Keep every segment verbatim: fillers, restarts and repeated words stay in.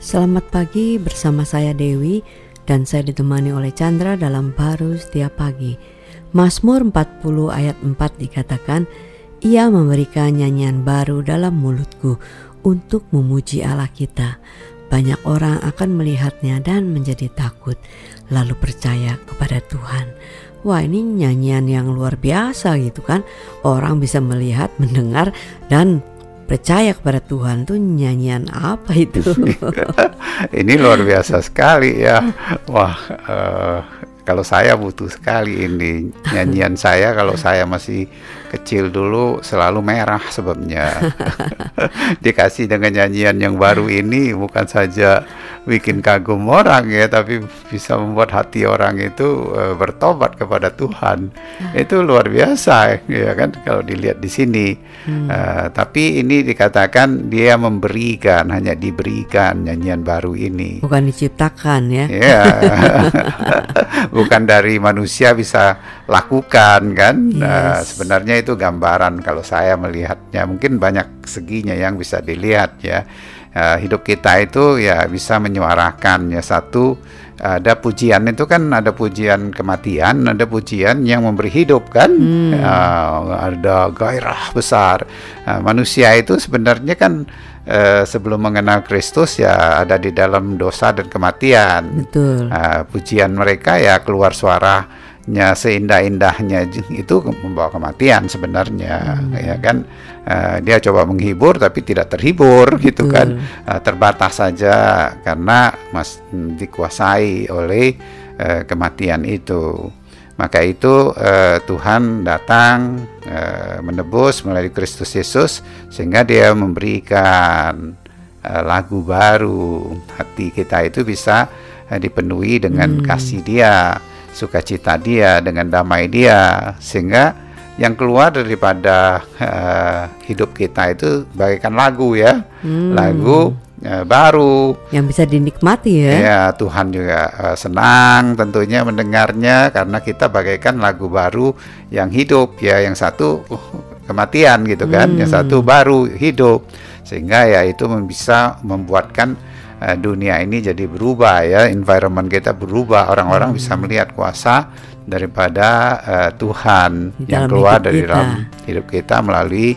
Selamat pagi, bersama saya Dewi dan saya ditemani oleh Chandra dalam Baru Setiap Pagi. Mazmur empat puluh ayat empat dikatakan, Ia memberikan nyanyian baru dalam mulutku untuk memuji Allah kita. Banyak orang akan melihatnya dan menjadi takut, lalu percaya kepada Tuhan. Wah, ini nyanyian yang luar biasa gitu kan. Orang bisa melihat, mendengar, dan percaya kepada Tuhan. Tuh nyanyian apa itu? Ini luar biasa sekali ya. Wah, uh, kalau saya butuh sekali ini nyanyian saya. Kalau saya masih kecil dulu selalu merah sebabnya. Dikasih dengan nyanyian yang baru ini bukan saja bikin kagum orang ya, tapi bisa membuat hati orang itu uh, bertobat kepada Tuhan. Itu luar biasa ya kan kalau dilihat di sini. Hmm. Uh, tapi ini dikatakan dia memberikan, hanya diberikan nyanyian baru ini. Bukan diciptakan ya. Ya. Bukan dari manusia bisa lakukan kan. Yes. Uh, sebenarnya itu gambaran kalau saya melihatnya. Mungkin banyak seginya yang bisa dilihat ya. Uh, hidup kita itu ya bisa menyuarakan ya. Satu, ada pujian itu kan, ada pujian kematian, ada pujian yang memberi hidup kan. hmm. uh, ada gairah besar. uh, manusia itu sebenarnya kan uh, sebelum mengenal Kristus ya ada di dalam dosa dan kematian. Betul. Uh, pujian mereka ya keluar suaranya seindah-indahnya itu membawa kematian sebenarnya. hmm. Ya kan. Uh, dia coba menghibur tapi tidak terhibur gitu. Betul. Kan uh, terbatas saja karena mas dikuasai oleh uh, kematian itu. Maka itu uh, Tuhan datang uh, menebus melalui Kristus Yesus sehingga dia memberikan uh, lagu baru. Hati kita itu bisa uh, dipenuhi dengan hmm. kasih dia, sukacita dia, dengan damai dia, sehingga yang keluar daripada uh, hidup kita itu bagaikan lagu ya. hmm. Lagu uh, baru yang bisa dinikmati ya. Ya, Tuhan juga uh, senang tentunya mendengarnya karena kita bagaikan lagu baru yang hidup ya. Yang satu uh, kematian gitu kan. hmm. Yang satu baru hidup, sehingga ya itu bisa membuatkan uh, dunia ini jadi berubah ya. Environment kita berubah, orang-orang hmm. bisa melihat kuasa daripada uh, Tuhan yang keluar dari dalam hidup kita melalui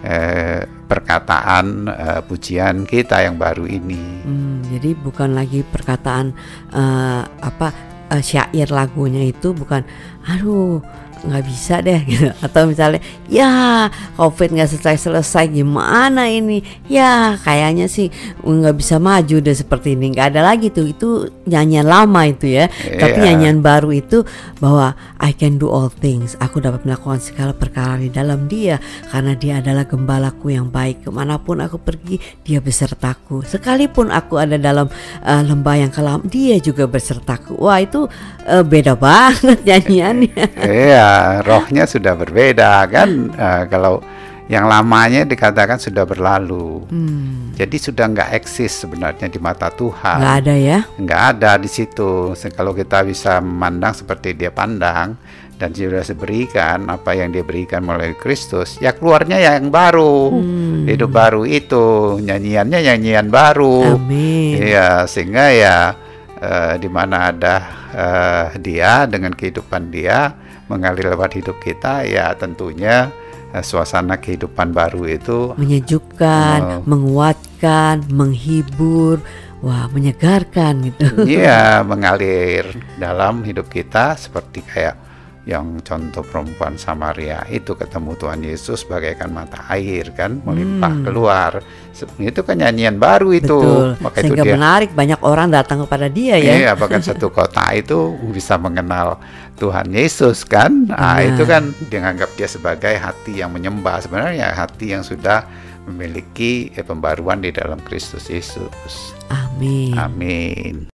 uh, perkataan uh, pujian kita yang baru ini. Hmm, jadi bukan lagi perkataan uh, apa uh, syair lagunya itu bukan, aduh nggak bisa deh gitu. Atau misalnya ya COVID nggak selesai-selesai gimana ini ya, kayaknya sih nggak bisa maju deh seperti ini. Nggak ada lagi tuh, itu nyanyian lama itu ya. Yeah. Tapi nyanyian baru itu bahwa I can do all things, aku dapat melakukan segala perkara di dalam Dia karena Dia adalah gembalaku yang baik. Kemanapun aku pergi Dia besertaku, sekalipun aku ada dalam uh, lembah yang kelam Dia juga besertaku. Wah, itu uh, beda banget nyanyiannya. Iya. Rohnya sudah berbeda kan. uh, Kalau yang lamanya dikatakan sudah berlalu. hmm. Jadi sudah nggak eksis sebenarnya di mata Tuhan. Nggak ada ya. Nggak ada di situ. Kalau kita bisa memandang seperti Dia pandang dan sudah diberikan apa yang Dia berikan melalui Kristus, ya keluarnya yang baru. hmm. Hidup baru itu, nyanyiannya nyanyian baru. Amin. Ya, sehingga ya uh, di mana ada uh, Dia dengan kehidupan Dia mengalir lewat hidup kita, ya tentunya uh, suasana kehidupan baru itu menyejukkan, uh, menguatkan, menghibur, wah menyegarkan gitu. Iya, mengalir dalam hidup kita seperti kayak yang contoh perempuan Samaria itu ketemu Tuhan Yesus bagaikan mata air kan melimpah hmm. keluar. Itu kan nyanyian baru itu. Betul. Maka sehingga itu dia, menarik banyak orang datang kepada Dia ya. Iya, bahkan satu kota itu bisa mengenal Tuhan Yesus kan. Nah, itu kan dianggap dia sebagai hati yang menyembah. Sebenarnya hati yang sudah memiliki eh, pembaruan di dalam Kristus Yesus. Amin. Amin.